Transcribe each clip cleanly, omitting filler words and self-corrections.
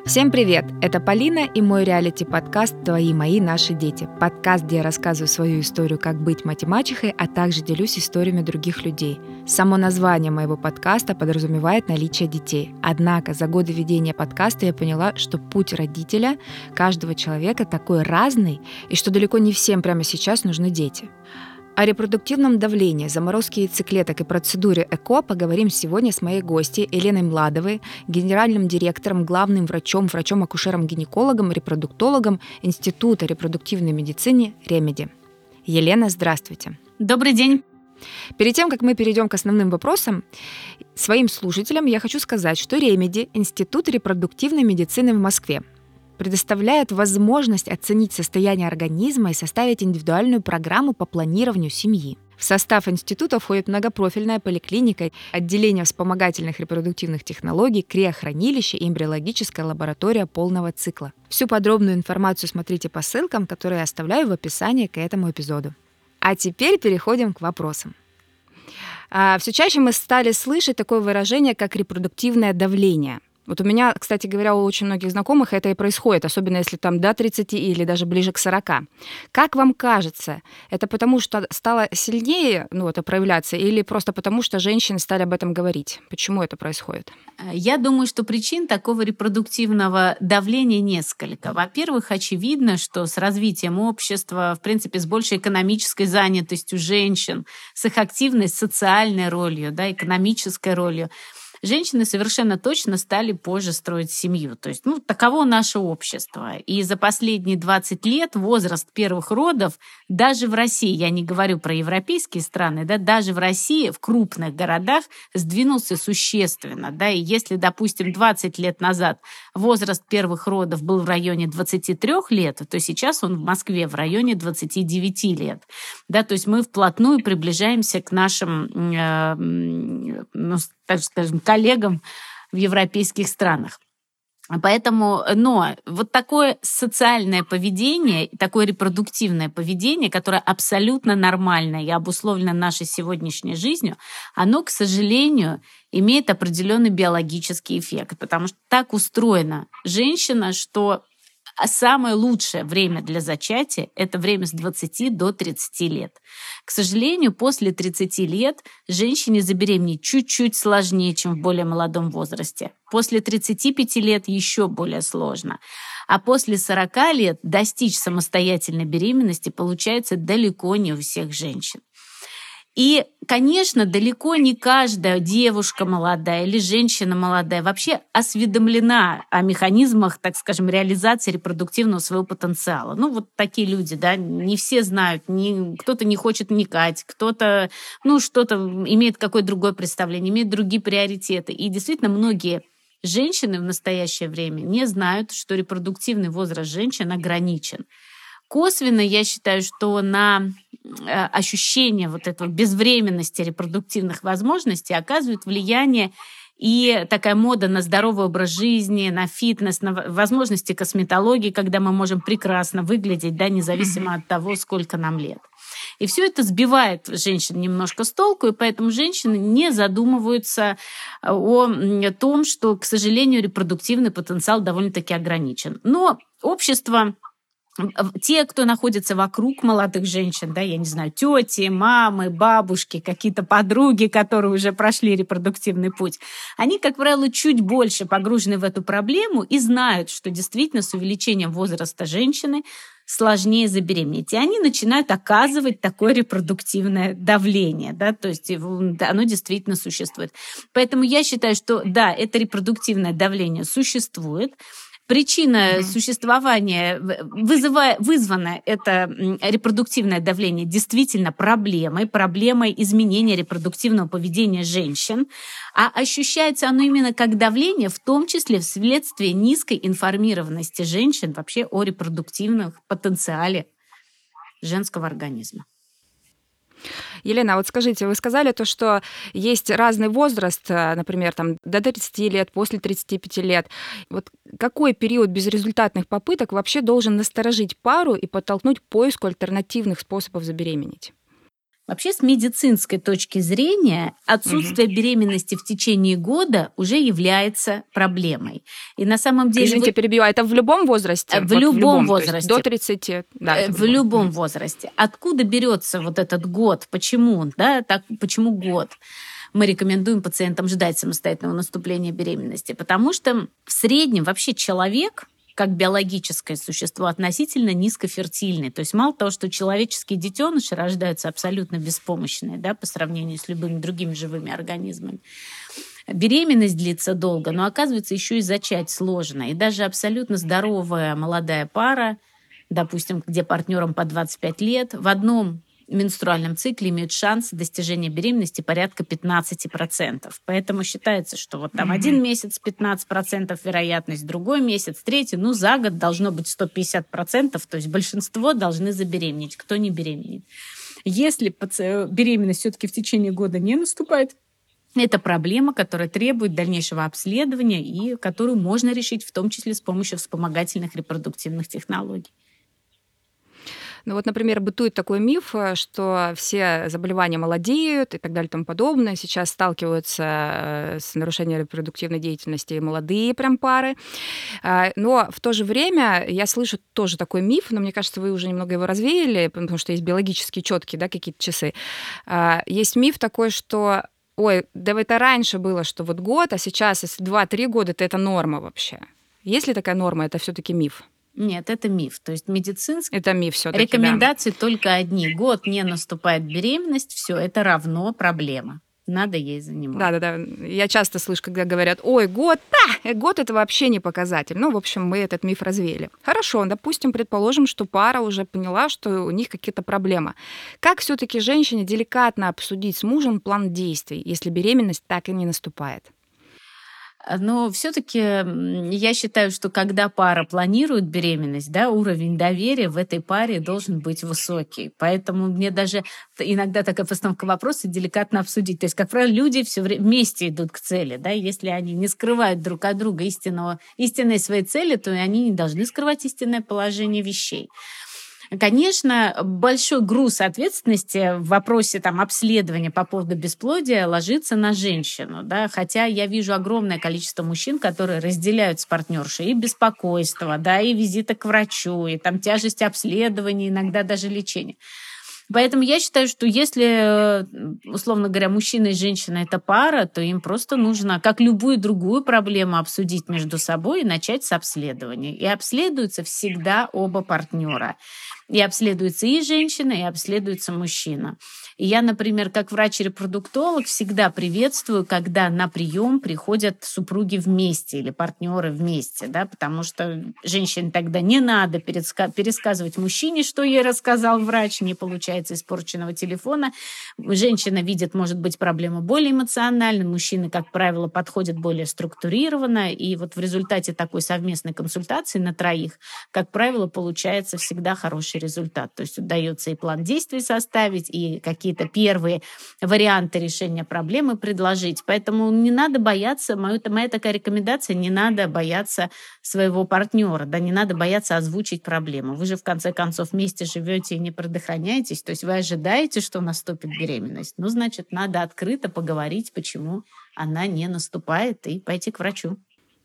Всем привет! Это Полина и мой реалити-подкаст «Твои, мои, наши дети». Подкаст, где я рассказываю свою историю, как быть мать-мачехой, а также делюсь историями других людей. Само название моего подкаста подразумевает наличие детей. Однако за годы ведения подкаста я поняла, что путь родителя каждого человека такой разный, и что далеко не всем прямо сейчас нужны дети. О репродуктивном давлении, заморозке яйцеклеток и процедуре ЭКО поговорим сегодня с моей гостьей Еленой Младовой, генеральным директором, главным врачом, врачом-акушером-гинекологом, репродуктологом Института репродуктивной медицины «Ремеди». Елена, здравствуйте. Добрый день. Перед тем, как мы перейдем к основным вопросам, своим слушателям я хочу сказать, что «Ремеди» – Институт репродуктивной медицины в Москве, предоставляет возможность оценить состояние организма и составить индивидуальную программу по планированию семьи. В состав института входит многопрофильная поликлиника, отделение вспомогательных репродуктивных технологий, криохранилище и эмбриологическая лаборатория полного цикла. Всю подробную информацию смотрите по ссылкам, которые я оставляю в описании к этому эпизоду. А теперь переходим к вопросам. Все чаще мы стали слышать такое выражение, как репродуктивное давление. Вот у меня, кстати говоря, у очень многих знакомых это и происходит, особенно если там до 30 или даже ближе к 40. Как вам кажется, это потому, что стало сильнее это проявляться, или просто потому, что женщины стали об этом говорить? Почему это происходит? Я думаю, что причин такого репродуктивного давления несколько. Во-первых, очевидно, что с развитием общества, в принципе, с большей экономической занятостью женщин, с их активной социальной ролью, экономической ролью, женщины совершенно точно стали позже строить семью. То есть, таково наше общество. И за последние 20 лет возраст первых родов даже в России, я не говорю про европейские страны, даже в России, в крупных городах сдвинулся существенно. И если, допустим, 20 лет назад возраст первых родов был в районе 23 лет, то сейчас он в Москве в районе 29 лет. То есть мы вплотную приближаемся к нашим, так скажем, коллегам в европейских странах. Поэтому, вот такое социальное поведение, такое репродуктивное поведение, которое абсолютно нормальное и обусловлено нашей сегодняшней жизнью, оно, к сожалению, имеет определенный биологический эффект, потому что так устроена женщина, что самое лучшее время для зачатия – это время с 20 до 30 лет. К сожалению, после 30 лет женщине забеременеть чуть-чуть сложнее, чем в более молодом возрасте. После 35 лет еще более сложно. А после 40 лет достичь самостоятельной беременности получается далеко не у всех женщин. И, конечно, далеко не каждая девушка молодая или женщина молодая вообще осведомлена о механизмах, так скажем, реализации репродуктивного своего потенциала. Вот такие люди, не все знают, кто-то не хочет вникать, кто-то, что-то имеет какое-то другое представление, имеет другие приоритеты. И действительно, многие женщины в настоящее время не знают, что репродуктивный возраст женщин ограничен. Косвенно я считаю, что на ощущение этого безвременности репродуктивных возможностей оказывает влияние и такая мода на здоровый образ жизни, на фитнес, на возможности косметологии, когда мы можем прекрасно выглядеть, независимо от того, сколько нам лет. И все это сбивает женщин немножко с толку, и поэтому женщины не задумываются о том, что, к сожалению, репродуктивный потенциал довольно-таки ограничен. Но общество... Те, кто находится вокруг молодых женщин, я не знаю, тети, мамы, бабушки, какие-то подруги, которые уже прошли репродуктивный путь, они, как правило, чуть больше погружены в эту проблему и знают, что действительно с увеличением возраста женщины сложнее забеременеть. И они начинают оказывать такое репродуктивное давление, то есть оно действительно существует. Поэтому я считаю, что это репродуктивное давление существует. Причина существования, вызвано это репродуктивное давление действительно проблемой изменения репродуктивного поведения женщин, а ощущается оно именно как давление, в том числе вследствие низкой информированности женщин вообще о репродуктивном потенциале женского организма. Елена, вот скажите, вы сказали то, что есть разный возраст, например, до 30 лет, после 35 лет. Вот какой период безрезультатных попыток вообще должен насторожить пару и подтолкнуть к поиску альтернативных способов забеременеть? Вообще, с медицинской точки зрения, отсутствие беременности в течение года уже является проблемой. И на самом деле... Извините, перебью, это в любом возрасте? В любом возрасте. До 30, да. В любом возрасте. Откуда берется вот этот год? Почему? Да, почему год? Мы рекомендуем пациентам ждать самостоятельного наступления беременности, потому что в среднем вообще человек, как биологическое существо, относительно низкофертильный. То есть мало того, что человеческие детеныши рождаются абсолютно беспомощные, да, по сравнению с любыми другими живыми организмами, беременность длится долго, но оказывается еще и зачать сложно. И даже абсолютно здоровая молодая пара, допустим, где партнерам по 25 лет, в одном менструальном цикле имеют шанс достижения беременности порядка 15%. Поэтому считается, что вот там один месяц 15% вероятность, другой месяц, третий, за год должно быть 150%, то есть большинство должны забеременеть, кто не беременеет. Если беременность все-таки в течение года не наступает, это проблема, которая требует дальнейшего обследования и которую можно решить в том числе с помощью вспомогательных репродуктивных технологий. Ну вот, например, бытует такой миф, что все заболевания молодеют и так далее и тому подобное. Сейчас сталкиваются с нарушением репродуктивной деятельности молодые прям пары. Но в то же время я слышу тоже такой миф, но мне кажется, вы уже немного его развеяли, потому что есть биологически четкие, да, какие-то часы. Есть миф такой, что ой, да это раньше было, что вот год, а сейчас, если 2-3 года, то это норма вообще. Есть ли такая норма, это все-таки миф? Нет, это миф. То есть медицинские это миф всё-таки, рекомендации только одни. Год не наступает беременность, все, это равно проблема. Надо ей заниматься. Да. Я часто слышу, когда говорят, ой, год это вообще не показатель. В общем, мы этот миф развеяли. Хорошо, допустим, предположим, что пара уже поняла, что у них какие-то проблемы. Как все-таки женщине деликатно обсудить с мужем план действий, если беременность так и не наступает? Но все-таки я считаю, что когда пара планирует беременность, да, уровень доверия в этой паре должен быть высокий. Поэтому мне даже иногда такая постановка вопроса деликатно обсудить. То есть, как правило, люди все время вместе идут к цели. Да? Если они не скрывают друг от друга истинной своей цели, то они не должны скрывать истинное положение вещей. Конечно, большой груз ответственности в вопросе обследования по поводу бесплодия ложится на женщину, да, хотя я вижу огромное количество мужчин, которые разделяют с партнершей и беспокойство, да, и визиты к врачу, и тяжесть обследования, иногда даже лечения. Поэтому я считаю, что если, условно говоря, мужчина и женщина – это пара, то им просто нужно, как любую другую проблему, обсудить между собой и начать с обследования. И обследуются всегда оба партнера. И обследуется и женщина, и обследуется мужчина. И я, например, как врач-репродуктолог всегда приветствую, когда на прием приходят супруги вместе или партнеры вместе, да, потому что женщине тогда не надо пересказывать мужчине, что ей рассказал врач, не получается испорченного телефона. Женщина видит, может быть, проблему более эмоционально, мужчины, как правило, подходят более структурированно, и вот в результате такой совместной консультации на троих, как правило, получается всегда хороший результат. То есть удается и план действий составить, и какие-то первые варианты решения проблемы предложить. Поэтому не надо бояться, моя такая рекомендация, не надо бояться своего партнера, да, не надо бояться озвучить проблему. Вы же, в конце концов, вместе живете и не предохраняетесь, то есть вы ожидаете, что наступит беременность. Значит, надо открыто поговорить, почему она не наступает, и пойти к врачу.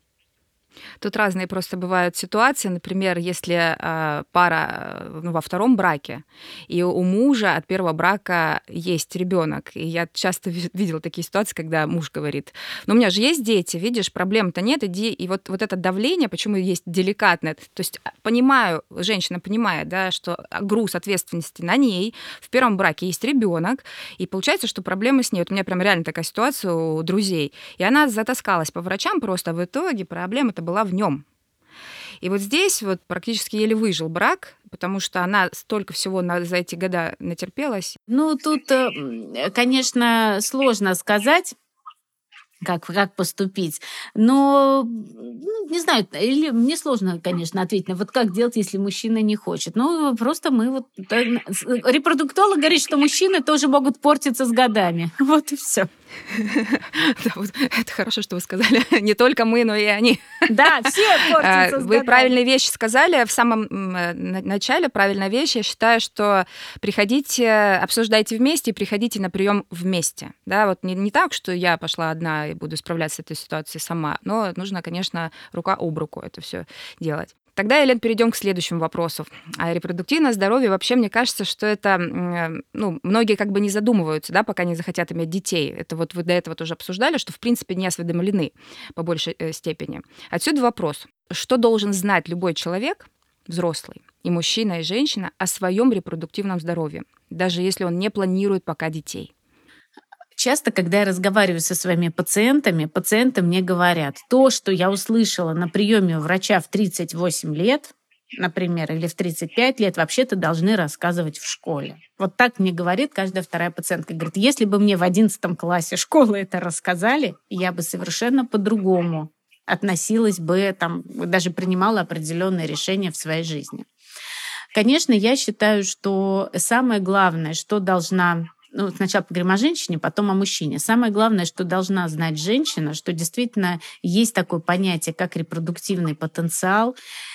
Тут разные просто бывают ситуации. Например, если пара во втором браке, и у мужа от первого брака есть ребенок. И я часто видела такие ситуации, когда муж говорит, у меня же есть дети, видишь, проблем-то нет, иди. И вот это давление, почему есть деликатное, то есть женщина понимает, да, что груз ответственности на ней, в первом браке есть ребенок, и получается, что проблемы с ней. Вот у меня прям реально такая ситуация у друзей. И она затаскалась по врачам просто, в итоге проблема-то была в нем. И вот здесь вот практически еле выжил брак, потому что она столько всего за эти года натерпелась. Тут, конечно, сложно сказать, как поступить. Но, не знаю, или мне сложно, конечно, ответить на как делать, если мужчина не хочет. Просто репродуктолог говорит, что мужчины тоже могут портиться с годами. Вот и все. Да, вот это хорошо, что вы сказали. Не только мы, но и они. Да, все портятся с Вы годами. правильные вещи сказали в самом начале. Правильная вещь. Я считаю, что приходите, обсуждайте вместе и приходите на прием вместе. Да, вот не так, что я пошла одна и буду справляться с этой ситуацией сама, но нужно, конечно, рука об руку это все делать. Тогда, Елена, перейдем к следующему вопросу. Репродуктивное здоровье, вообще, мне кажется, что это, многие как бы не задумываются, да, пока не захотят иметь детей. Это вот вы до этого тоже обсуждали, что, в принципе, не осведомлены по большей степени. Отсюда вопрос. Что должен знать любой человек, взрослый, и мужчина, и женщина, о своем репродуктивном здоровье, даже если он не планирует пока детей? Часто, когда я разговариваю со своими пациентами, пациенты мне говорят, то, что я услышала на приеме у врача в 38 лет, например, или в 35 лет, вообще-то должны рассказывать в школе. Вот так мне говорит каждая вторая пациентка. Говорит, если бы мне в 11 классе школы это рассказали, я бы совершенно по-другому относилась бы, даже принимала определенные решения в своей жизни. Конечно, я считаю, что самое главное, что должна... сначала поговорим о женщине, потом о мужчине. Самое главное, что должна знать женщина, что действительно есть такое понятие, как репродуктивный потенциал.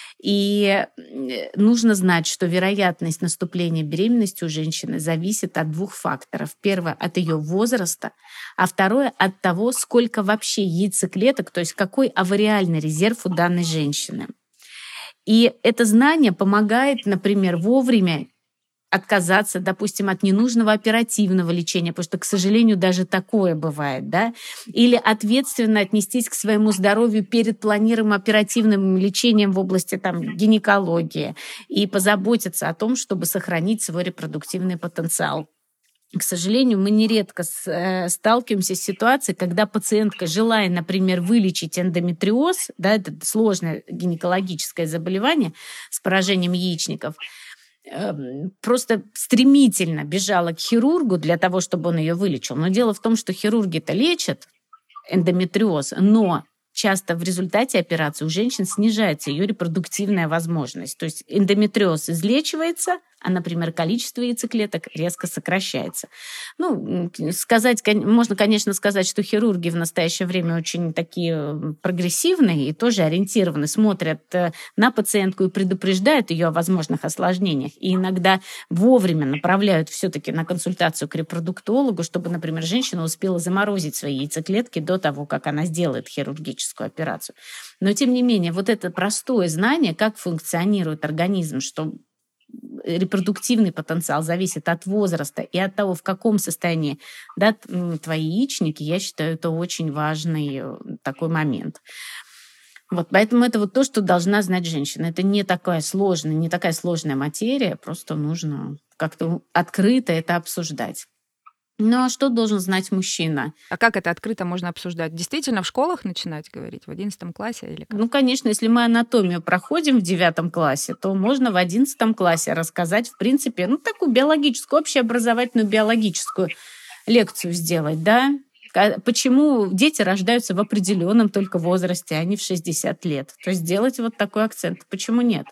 И нужно знать, что вероятность наступления беременности у женщины зависит от двух факторов. Первое — от ее возраста, а второе — от того, сколько вообще яйцеклеток, то есть какой авариальный резерв у данной женщины. И это знание помогает, например, вовремя отказаться, допустим, от ненужного оперативного лечения, потому что, к сожалению, даже такое бывает, да, или ответственно отнестись к своему здоровью перед планируемым оперативным лечением в области гинекологии и позаботиться о том, чтобы сохранить свой репродуктивный потенциал. К сожалению, мы нередко сталкиваемся с ситуацией, когда пациентка, желая, например, вылечить эндометриоз, да, это сложное гинекологическое заболевание с поражением яичников, просто стремительно бежала к хирургу для того, чтобы он ее вылечил. Но дело в том, что хирурги-то лечат эндометриоз, но часто в результате операции у женщин снижается ее репродуктивная возможность. То есть эндометриоз излечивается, а, например, количество яйцеклеток резко сокращается. Можно, конечно, сказать, что хирурги в настоящее время очень такие прогрессивные и тоже ориентированы, смотрят на пациентку и предупреждают ее о возможных осложнениях. И иногда вовремя направляют все-таки на консультацию к репродуктологу, чтобы, например, женщина успела заморозить свои яйцеклетки до того, как она сделает хирургическую операцию. Но, тем не менее, вот это простое знание, как функционирует организм, что репродуктивный потенциал зависит от возраста и от того, в каком состоянии твои яичники, я считаю, это очень важный такой момент. Поэтому это то, что должна знать женщина. Это не такая сложная материя, просто нужно как-то открыто это обсуждать. Ну а что должен знать мужчина? А как это открыто можно обсуждать? Действительно в школах начинать говорить? В 11 классе или как? Конечно, если мы анатомию проходим в 9 классе, то можно в 11 классе рассказать, в принципе, такую биологическую, общеобразовательную биологическую лекцию сделать, да? Почему дети рождаются в определенном только возрасте, а не в 60 лет? То есть сделать такой акцент. Почему нет?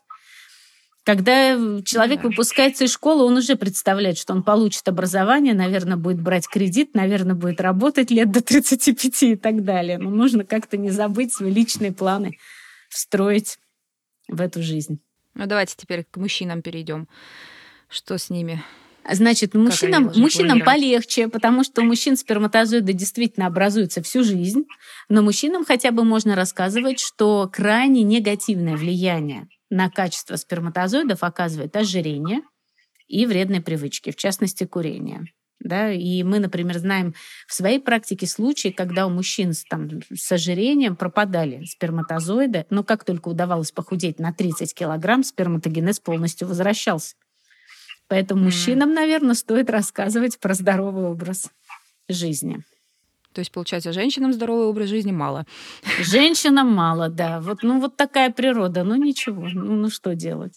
Когда человек выпускается из школы, он уже представляет, что он получит образование, наверное, будет брать кредит, наверное, будет работать лет до 35 и так далее. Но нужно как-то не забыть свои личные планы встроить в эту жизнь. Давайте теперь к мужчинам перейдем. Что с ними? Значит, мужчинам полегче, потому что у мужчин сперматозоиды действительно образуются всю жизнь, но мужчинам хотя бы можно рассказывать, что крайне негативное влияние на качество сперматозоидов оказывает ожирение и вредные привычки, в частности, курение. Да? И мы, например, знаем в своей практике случаи, когда у мужчин с ожирением пропадали сперматозоиды, но как только удавалось похудеть на 30 килограмм, сперматогенез полностью возвращался. Поэтому мужчинам, наверное, стоит рассказывать про здоровый образ жизни. То есть, получается, женщинам здоровый образ жизни мало. Женщинам мало, да. Вот такая природа. Ничего, что делать?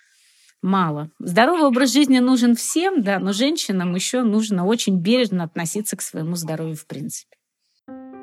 Мало. Здоровый образ жизни нужен всем, да, но женщинам еще нужно очень бережно относиться к своему здоровью в принципе.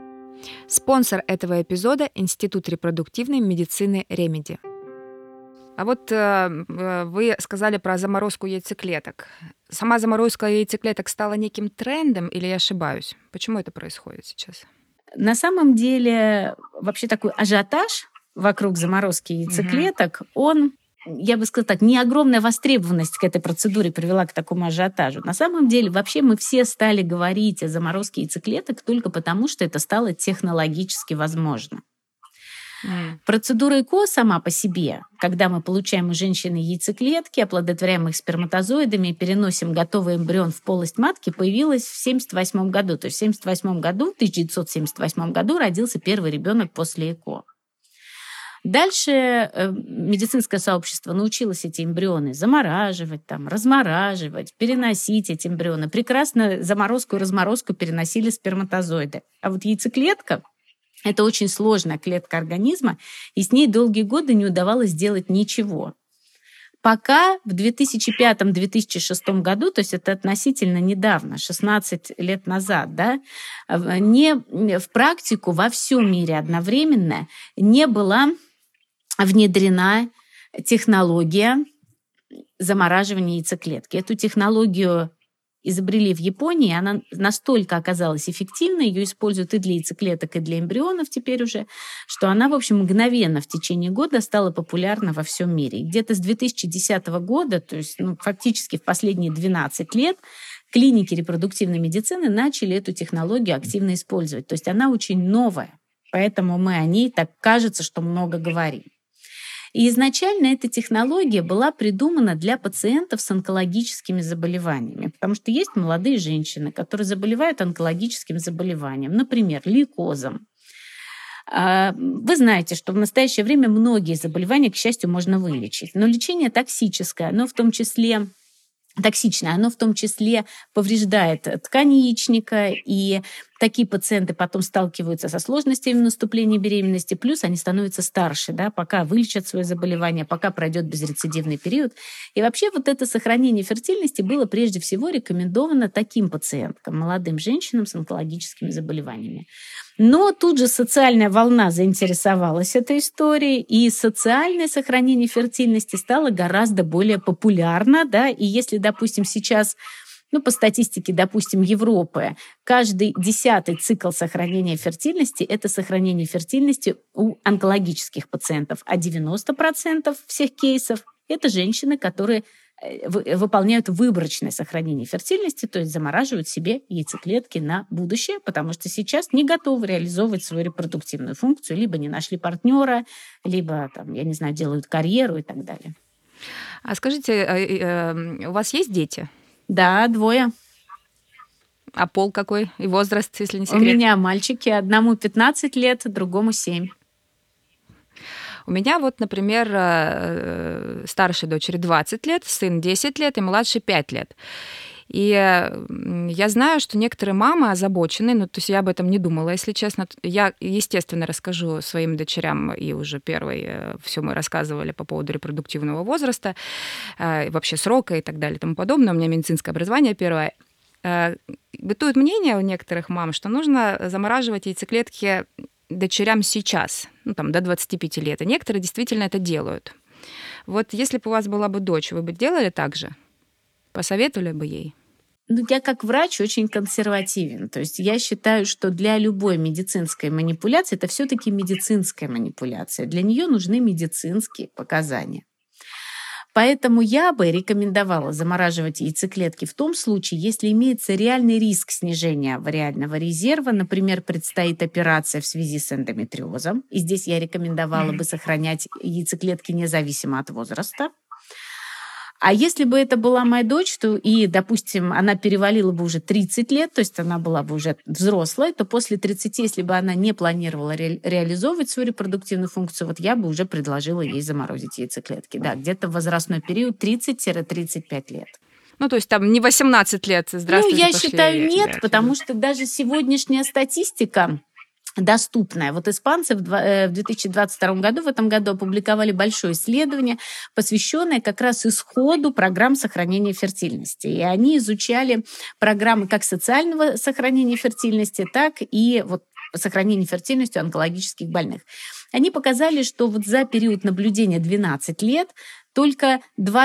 Спонсор этого эпизода — Институт репродуктивной медицины Ремеди. А вот вы сказали про заморозку яйцеклеток. Сама заморозка яйцеклеток стала неким трендом или я ошибаюсь? Почему это происходит сейчас? На самом деле, вообще такой ажиотаж вокруг заморозки Мгм. яйцеклеток, он, я бы сказала так, не огромная востребованность к этой процедуре привела к такому ажиотажу. На самом деле, вообще мы все стали говорить о заморозке яйцеклеток только потому, что это стало технологически возможно. М. Процедура ЭКО сама по себе, когда мы получаем у женщины яйцеклетки, оплодотворяем их сперматозоидами и переносим готовый эмбрион в полость матки, появилась в 1978 году. То есть в 1978 году родился первый ребенок после ЭКО. Дальше медицинское сообщество научилось эти эмбрионы замораживать, размораживать, переносить эти эмбрионы. Прекрасно заморозку и разморозку переносили сперматозоиды. А вот яйцеклетка — это очень сложная клетка организма, и с ней долгие годы не удавалось сделать ничего. Пока в 2005-2006 году, то есть это относительно недавно, 16 лет назад, да, в практику во всем мире одновременно не была внедрена технология замораживания яйцеклетки. Эту технологию изобрели в Японии, она настолько оказалась эффективной, ее используют и для яйцеклеток, и для эмбрионов теперь уже, что она, в общем, мгновенно в течение года стала популярна во всем мире. И где-то с 2010 года, то есть фактически в последние 12 лет, клиники репродуктивной медицины начали эту технологию активно использовать. То есть она очень новая, поэтому мы о ней так кажется, что много говорим. И изначально эта технология была придумана для пациентов с онкологическими заболеваниями, потому что есть молодые женщины, которые заболевают онкологическим заболеванием, например, лейкозом. Вы знаете, что в настоящее время многие заболевания, к счастью, можно вылечить, но лечение токсическое, оно в том числе повреждает ткань яичника, и такие пациенты потом сталкиваются со сложностями в наступлении беременности, плюс они становятся старше, да, пока вылечат свое заболевание, пока пройдет безрецидивный период. И вообще вот это сохранение фертильности было прежде всего рекомендовано таким пациенткам, молодым женщинам с онкологическими заболеваниями. Но тут же социальная волна заинтересовалась этой историей, и социальное сохранение фертильности стало гораздо более популярно. Да? И если, допустим, сейчас, по статистике, допустим, Европы, каждый 10-й цикл сохранения фертильности — это сохранение фертильности у онкологических пациентов, а 90% всех кейсов — это женщины, которые выполняют выборочное сохранение фертильности, то есть замораживают себе яйцеклетки на будущее, потому что сейчас не готовы реализовывать свою репродуктивную функцию, либо не нашли партнера, либо, делают карьеру и так далее. А скажите, у вас есть дети? Да, 2. А пол какой? И возраст, если не секрет? У меня мальчики. Одному 15 лет, другому 7. У меня вот, например, старшей дочери 20 лет, сын 10 лет и младший 5 лет. И я знаю, что некоторые мамы озабочены, то есть я об этом не думала, если честно. Я, естественно, расскажу своим дочерям, и уже первой все мы рассказывали по поводу репродуктивного возраста, вообще срока и так далее и тому подобное. У меня медицинское образование первое. Бытует мнение у некоторых мам, что нужно замораживать яйцеклетки дочерям сейчас, до 25 лет. И некоторые действительно это делают. Вот если бы у вас была бы дочь, вы бы делали так же? Посоветовали бы ей? Я как врач очень консервативен. То есть я считаю, что для любой медицинской манипуляции это все-таки медицинская манипуляция. Для нее нужны медицинские показания. Поэтому я бы рекомендовала замораживать яйцеклетки в том случае, если имеется реальный риск снижения авариального резерва. Например, предстоит операция в связи с эндометриозом. И здесь я рекомендовала бы сохранять яйцеклетки независимо от возраста. А если бы это была моя дочь, допустим, она перевалила бы уже 30 лет, то есть она была бы уже взрослой, то после 30, если бы она не планировала реализовывать свою репродуктивную функцию, я бы уже предложила ей заморозить яйцеклетки. Да, где-то возрастной период 30-35 лет. То есть там не 18 лет, здравствуйте, я пошли, считаю, нет, да, потому что даже сегодняшняя статистика доступная. Испанцы в 2022 году, в этом году, опубликовали большое исследование, посвященное как раз исходу программ сохранения фертильности. И они изучали программы как социального сохранения фертильности, так и сохранения фертильности у онкологических больных. Они показали, что вот за период наблюдения 12 лет только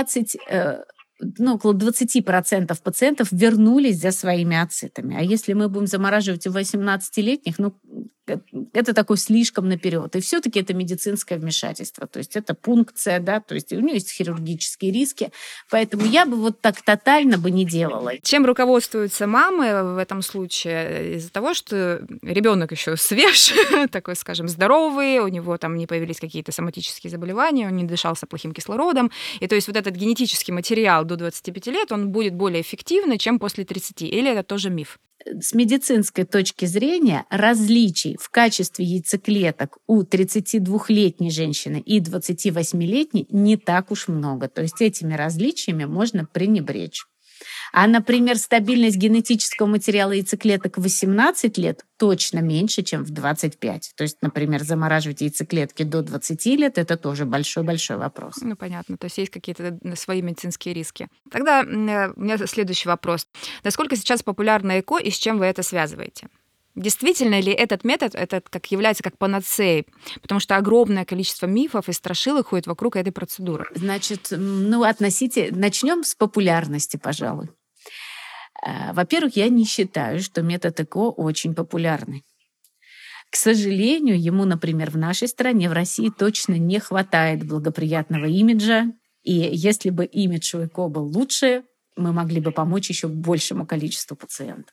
около 20% пациентов вернулись за своими ооцитами. А если мы будем замораживать у 18-летних, это такой слишком наперед. И все-таки это медицинское вмешательство. То есть это пункция, да, то есть у нее есть хирургические риски. Поэтому я бы вот так тотально бы не делала. Чем руководствуются мамы в этом случае? Из-за того, что ребенок еще свеж, такой, скажем, здоровый, у него там не появились какие-то соматические заболевания, он не дышался плохим кислородом. И то есть вот этот генетический материал до 25 лет, он будет более эффективный, чем после 30. Или это тоже миф? С медицинской точки зрения различий в качестве яйцеклеток у 32-летней женщины и 28-летней не так уж много. То есть этими различиями можно пренебречь. А, например, стабильность генетического материала яйцеклеток в 18 лет точно меньше, чем в 25. То есть, например, замораживать яйцеклетки до 20 лет – это тоже большой-большой вопрос. Понятно. То есть есть какие-то свои медицинские риски. Тогда у меня следующий вопрос. Насколько сейчас популярна ЭКО и с чем вы это связываете? Действительно ли этот метод является как панацеей? Потому что огромное количество мифов и страшилок ходит вокруг этой процедуры. Значит, начнем с популярности, пожалуй. Во-первых, я не считаю, что метод ЭКО очень популярный. К сожалению, ему, например, в нашей стране, в России, точно не хватает благоприятного имиджа. И если бы имидж у ЭКО был лучше, мы могли бы помочь еще большему количеству пациентов.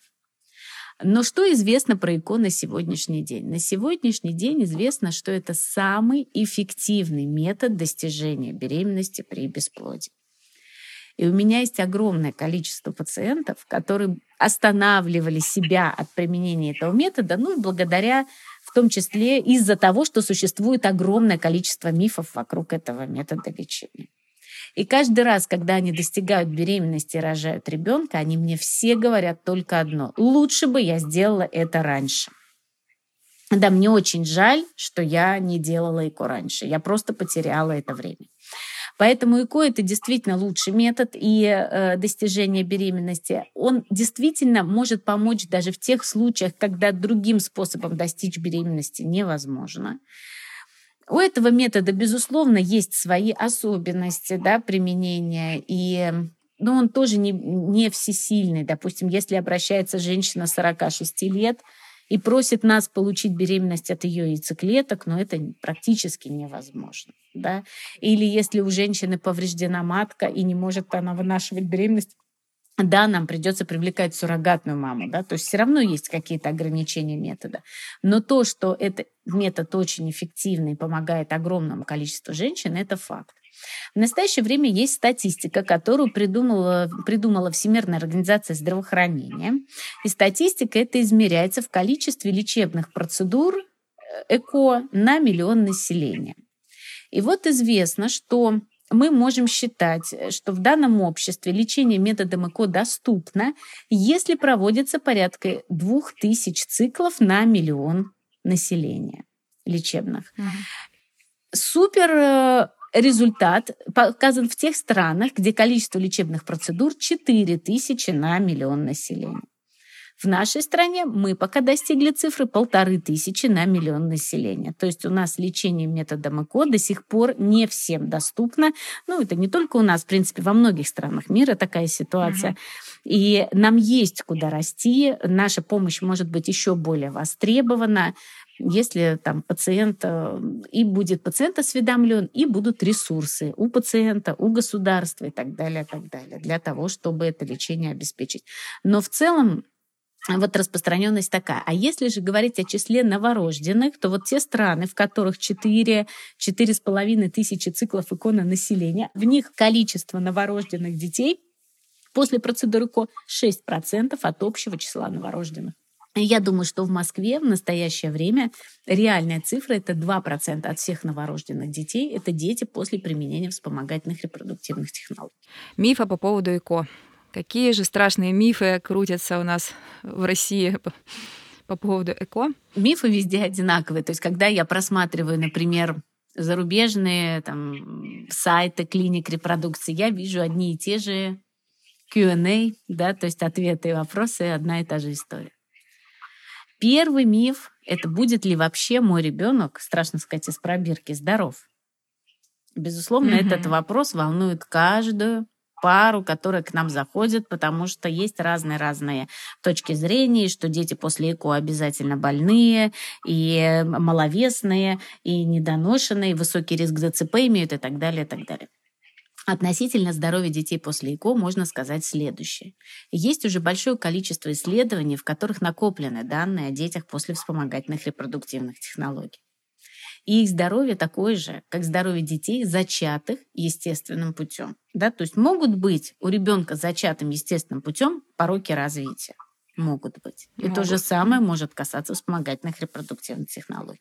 Но что известно про ЭКО на сегодняшний день? На сегодняшний день известно, что это самый эффективный метод достижения беременности при бесплодии. И у меня есть огромное количество пациентов, которые останавливали себя от применения этого метода, благодаря, в том числе, из-за того, что существует огромное количество мифов вокруг этого метода лечения. И каждый раз, когда они достигают беременности и рожают ребенка, они мне все говорят только одно: лучше бы я сделала это раньше. Да, мне очень жаль, что я не делала ЭКО раньше. Я просто потеряла это время. Поэтому ЭКО – это действительно лучший метод и достижения беременности. Он действительно может помочь даже в тех случаях, когда другим способом достичь беременности невозможно. У этого метода, безусловно, есть свои особенности, да, применения, но он тоже не всесильный. Допустим, если обращается женщина 46 лет и просит нас получить беременность от ее яйцеклеток, но это практически невозможно. Да? Или если у женщины повреждена матка и не может она вынашивать беременность, да, нам придется привлекать суррогатную маму, да, то есть все равно есть какие-то ограничения метода. Но то, что этот метод очень эффективный и помогает огромному количеству женщин, это факт. В настоящее время есть статистика, которую придумала Всемирная организация здравоохранения. И статистика это измеряется в количестве лечебных процедур ЭКО на миллион населения. И вот известно, что мы можем считать, что в данном обществе лечение методом ЭКО доступно, если проводится порядка 2000 циклов на миллион населения лечебных. Супер результат показан в тех странах, где количество лечебных процедур 4000 на миллион населения. В нашей стране мы пока достигли цифры 1500 на миллион населения. То есть у нас лечение методом ЭКО до сих пор не всем доступно. Это не только у нас, в принципе, во многих странах мира такая ситуация. И нам есть куда расти. Наша помощь может быть еще более востребована, если пациент осведомлен, и будут ресурсы у пациента, у государства и так далее, для того, чтобы это лечение обеспечить. Но в целом распространенность такая. А если же говорить о числе новорожденных, то те страны, в которых 4-4,5 тысячи циклов ЭКО на население, в них количество новорожденных детей после процедуры ЭКО 6% от общего числа новорожденных. И я думаю, что в Москве в настоящее время реальная цифра – это 2% от всех новорожденных детей. Это дети после применения вспомогательных репродуктивных технологий. Мифы по поводу ЭКО. Какие же страшные мифы крутятся у нас в России по поводу ЭКО? Мифы везде одинаковые. То есть, когда я просматриваю, например, зарубежные сайты клиник репродукции, я вижу одни и те же Q&A, да, то есть ответы и вопросы, одна и та же история. Первый миф – это будет ли вообще мой ребенок, страшно сказать, из пробирки, здоров? Безусловно, этот вопрос волнует каждую пару, которая к нам заходит, потому что есть разные точки зрения, что дети после ЭКО обязательно больные, и маловесные, и недоношенные, и высокий риск ДЦП имеют и так далее, и так далее. Относительно здоровья детей после ЭКО можно сказать следующее. Есть уже большое количество исследований, в которых накоплены данные о детях после вспомогательных репродуктивных технологий. И их здоровье такое же, как здоровье детей, зачатых естественным путем. Да? То есть могут быть у ребенка зачатым естественным путем пороки развития. Могут быть. И то же самое может касаться вспомогательных репродуктивных технологий.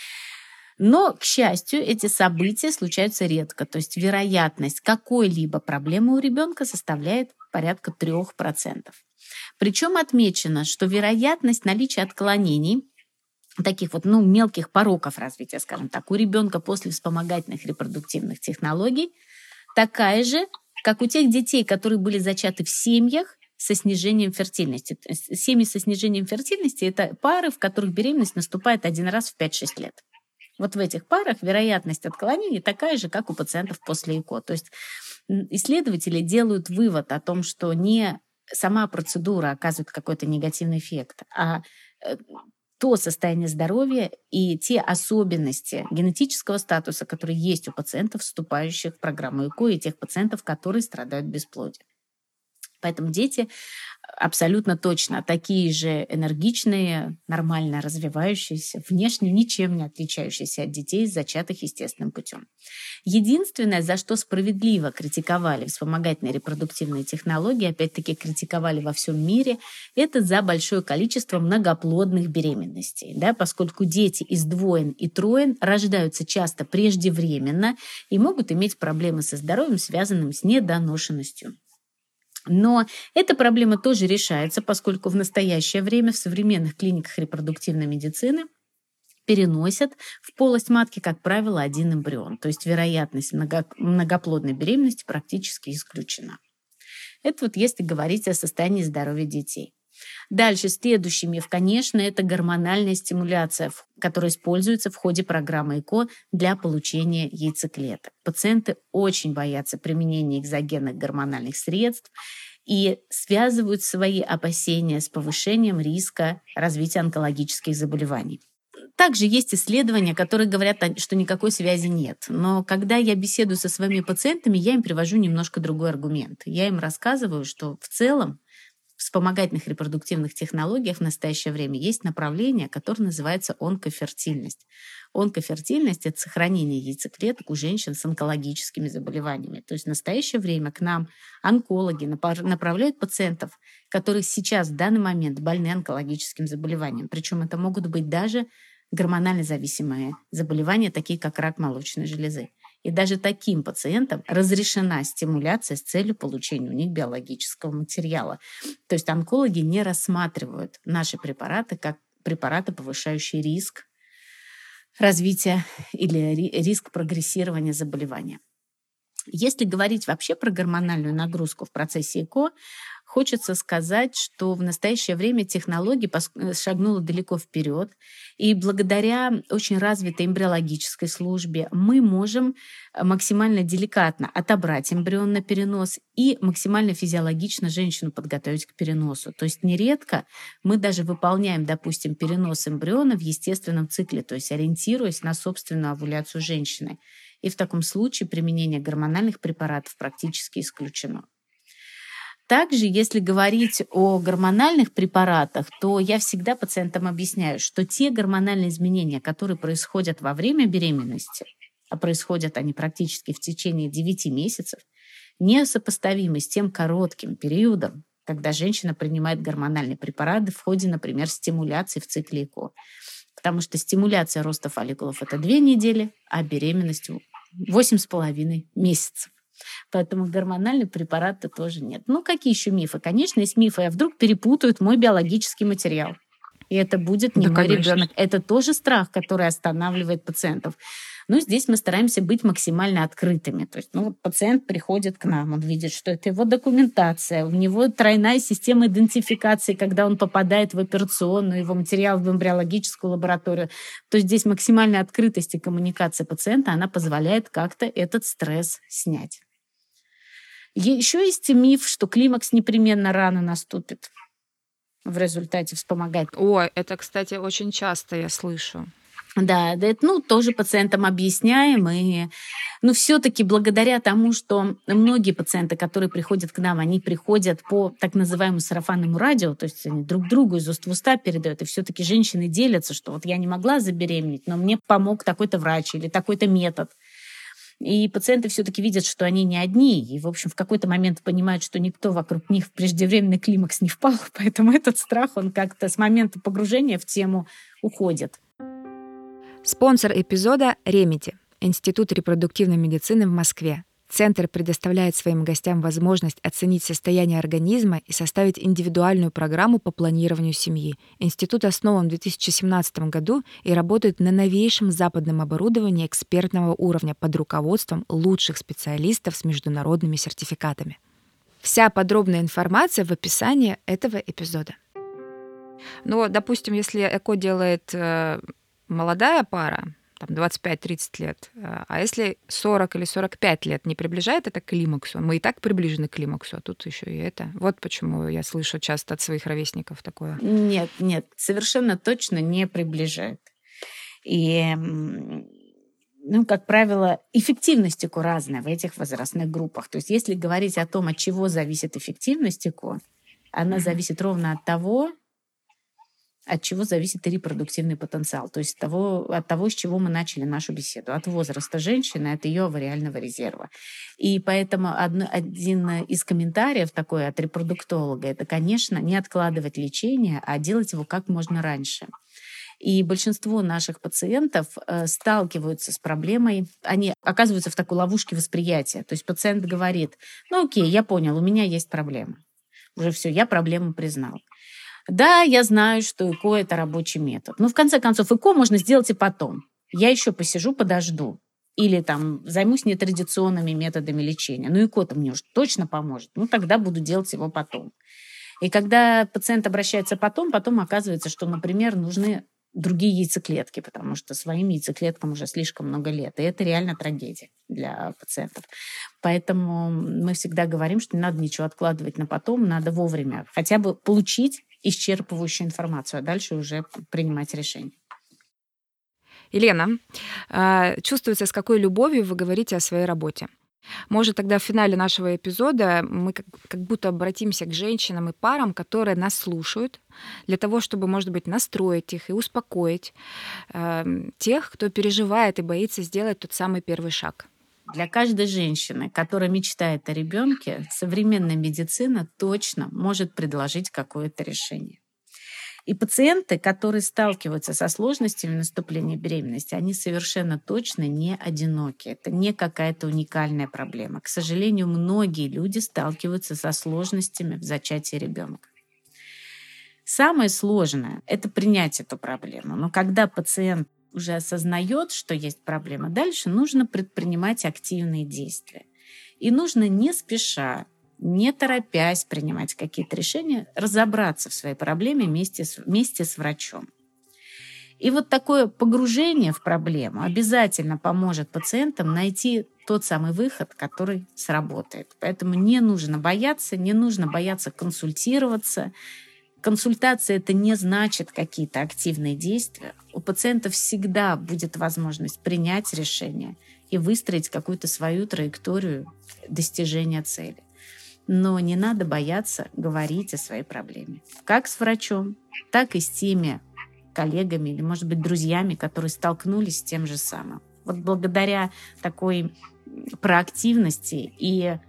Но, к счастью, эти события случаются редко. То есть вероятность какой-либо проблемы у ребенка составляет порядка 3%. Причем отмечено, что вероятность наличия отклонений, таких вот мелких пороков развития, скажем так, у ребенка после вспомогательных репродуктивных технологий такая же, как у тех детей, которые были зачаты в семьях со снижением фертильности. Семьи со снижением фертильности – это пары, в которых беременность наступает один раз в 5-6 лет. Вот в этих парах вероятность отклонений такая же, как у пациентов после ЭКО. То есть исследователи делают вывод о том, что не сама процедура оказывает какой-то негативный эффект, а то состояние здоровья и те особенности генетического статуса, которые есть у пациентов, вступающих в программу ЭКО, и тех пациентов, которые страдают бесплодием. Поэтому дети абсолютно точно такие же энергичные, нормально развивающиеся, внешне ничем не отличающиеся от детей, зачатых естественным путем. Единственное, за что справедливо критиковали вспомогательные репродуктивные технологии, опять-таки критиковали во всем мире, это за большое количество многоплодных беременностей, да, поскольку дети из двоен и троен рождаются часто преждевременно и могут иметь проблемы со здоровьем, связанными с недоношенностью. Но эта проблема тоже решается, поскольку в настоящее время в современных клиниках репродуктивной медицины переносят в полость матки, как правило, один эмбрион. То есть вероятность многоплодной беременности практически исключена. Это вот если говорить о состоянии здоровья детей. Дальше, следующий миф, конечно, это гормональная стимуляция, которая используется в ходе программы ЭКО для получения яйцеклеток. Пациенты очень боятся применения экзогенных гормональных средств и связывают свои опасения с повышением риска развития онкологических заболеваний. Также есть исследования, которые говорят, что никакой связи нет. Но когда я беседую со своими пациентами, я им привожу немножко другой аргумент. Я им рассказываю, что в целом в вспомогательных репродуктивных технологиях в настоящее время есть направление, которое называется онкофертильность. Онкофертильность – это сохранение яйцеклеток у женщин с онкологическими заболеваниями. То есть в настоящее время к нам онкологи направляют пациентов, которые сейчас в данный момент больны онкологическим заболеванием. Причем это могут быть даже гормонально зависимые заболевания, такие как рак молочной железы. И даже таким пациентам разрешена стимуляция с целью получения у них биологического материала. То есть онкологи не рассматривают наши препараты как препараты, повышающие риск развития или риск прогрессирования заболевания. Если говорить вообще про гормональную нагрузку в процессе ЭКО, хочется сказать, что в настоящее время технология шагнула далеко вперед, и благодаря очень развитой эмбриологической службе мы можем максимально деликатно отобрать эмбрион на перенос и максимально физиологично женщину подготовить к переносу. То есть нередко мы даже выполняем, допустим, перенос эмбриона в естественном цикле, то есть ориентируясь на собственную овуляцию женщины. И в таком случае применение гормональных препаратов практически исключено. Также, если говорить о гормональных препаратах, то я всегда пациентам объясняю, что те гормональные изменения, которые происходят во время беременности, а происходят они практически в течение 9 месяцев, несопоставимы с тем коротким периодом, когда женщина принимает гормональные препараты в ходе, например, стимуляции в цикле ЭКО. Потому что стимуляция роста фолликулов – это 2 недели, а беременность – 8,5 месяцев. Поэтому гормональные препараты тоже нет. Ну, какие еще мифы? Конечно, есть мифы. А вдруг перепутают мой биологический материал? И это будет не мой ребенок. Это тоже страх, который останавливает пациентов. Но здесь мы стараемся быть максимально открытыми. То есть пациент приходит к нам, он видит, что это его документация, у него тройная система идентификации, когда он попадает в операционную, его материал в эмбриологическую лабораторию. То есть здесь максимальная открытость и коммуникация пациента, она позволяет как-то этот стресс снять. Еще есть миф, что климакс непременно рано наступит. В результате вспомогательной. Ой, это, кстати, очень часто я слышу. Да, это, тоже пациентам объясняем. И, все-таки благодаря тому, что многие пациенты, которые приходят к нам, они приходят по так называемому сарафанному радио, то есть они друг другу из уст в уста передают, и все-таки женщины делятся, что вот я не могла забеременеть, но мне помог такой-то врач или такой-то метод. И пациенты все-таки видят, что они не одни, и, в общем, в какой-то момент понимают, что никто вокруг них в преждевременный климакс не впал, поэтому этот страх, он как-то с момента погружения в тему уходит. Спонсор эпизода – Remedy, Институт репродуктивной медицины в Москве. Центр предоставляет своим гостям возможность оценить состояние организма и составить индивидуальную программу по планированию семьи. Институт основан в 2017 году и работает на новейшем западном оборудовании экспертного уровня под руководством лучших специалистов с международными сертификатами. Вся подробная информация в описании этого эпизода. Допустим, если ЭКО делает молодая пара, там 25-30 лет, а если 40 или 45 лет не приближает это к климаксу, мы и так приближены к климаксу, а тут еще и это. Вот почему я слышу часто от своих ровесников такое. Нет, совершенно точно не приближает. И, как правило, эффективность ЭКО разная в этих возрастных группах. То есть если говорить о том, от чего зависит эффективность ЭКО, она зависит ровно от того, от чего зависит и репродуктивный потенциал, то есть от того, с чего мы начали нашу беседу, от возраста женщины, от ее авариального резерва. И поэтому один из комментариев такой от репродуктолога – это, конечно, не откладывать лечение, а делать его как можно раньше. И большинство наших пациентов сталкиваются с проблемой, они оказываются в такой ловушке восприятия. То есть пациент говорит: окей, я понял, у меня есть проблема. Уже все, я проблему признал. Да, я знаю, что ЭКО – это рабочий метод. Но в конце концов ЭКО можно сделать и потом. Я еще посижу, подожду. Или займусь нетрадиционными методами лечения. ЭКО-то мне уж точно поможет. Тогда буду делать его потом. И когда пациент обращается потом оказывается, что, например, нужны другие яйцеклетки, потому что своим яйцеклеткам уже слишком много лет. И это реально трагедия для пациентов. Поэтому мы всегда говорим, что не надо ничего откладывать на потом, надо вовремя хотя бы получить исчерпывающую информацию, а дальше уже принимать решение. Елена, чувствуется, с какой любовью вы говорите о своей работе. Может, тогда в финале нашего эпизода мы как будто обратимся к женщинам и парам, которые нас слушают, для того, чтобы, может быть, настроить их и успокоить тех, кто переживает и боится сделать тот самый первый шаг. Для каждой женщины, которая мечтает о ребенке, современная медицина точно может предложить какое-то решение. И пациенты, которые сталкиваются со сложностями наступления беременности, они совершенно точно не одиноки. Это не какая-то уникальная проблема. К сожалению, многие люди сталкиваются со сложностями в зачатии ребенка. Самое сложное – это принять эту проблему. Но когда пациент уже осознает, что есть проблема, дальше нужно предпринимать активные действия. И нужно не спеша, не торопясь принимать какие-то решения, разобраться в своей проблеме вместе с врачом. И вот такое погружение в проблему обязательно поможет пациентам найти тот самый выход, который сработает. Поэтому не нужно бояться консультироваться. Консультация – это не значит какие-то активные действия. У пациента всегда будет возможность принять решение и выстроить какую-то свою траекторию достижения цели. Но не надо бояться говорить о своей проблеме. Как с врачом, так и с теми коллегами или, может быть, друзьями, которые столкнулись с тем же самым. Вот благодаря такой проактивности и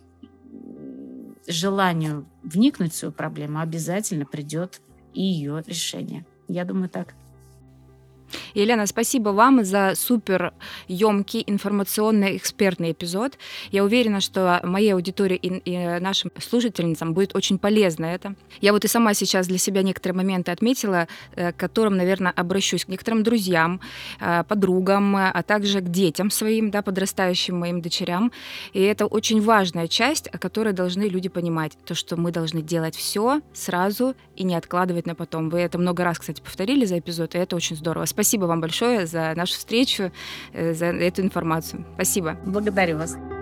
желанию вникнуть в свою проблему обязательно придет и ее решение. Я думаю, так. Елена, спасибо вам за супер емкий информационный экспертный эпизод. Я уверена, что моей аудитории и нашим слушательницам будет очень полезно это. Я вот и сама сейчас для себя некоторые моменты отметила, к которым, наверное, обращусь к некоторым друзьям, подругам, а также к детям своим, да, подрастающим моим дочерям. И это очень важная часть, о которой должны люди понимать. То, что мы должны делать все сразу и не откладывать на потом. Вы это много раз, кстати, повторили за эпизод, и это очень здорово. Спасибо вам большое за нашу встречу, за эту информацию. Спасибо. Благодарю вас.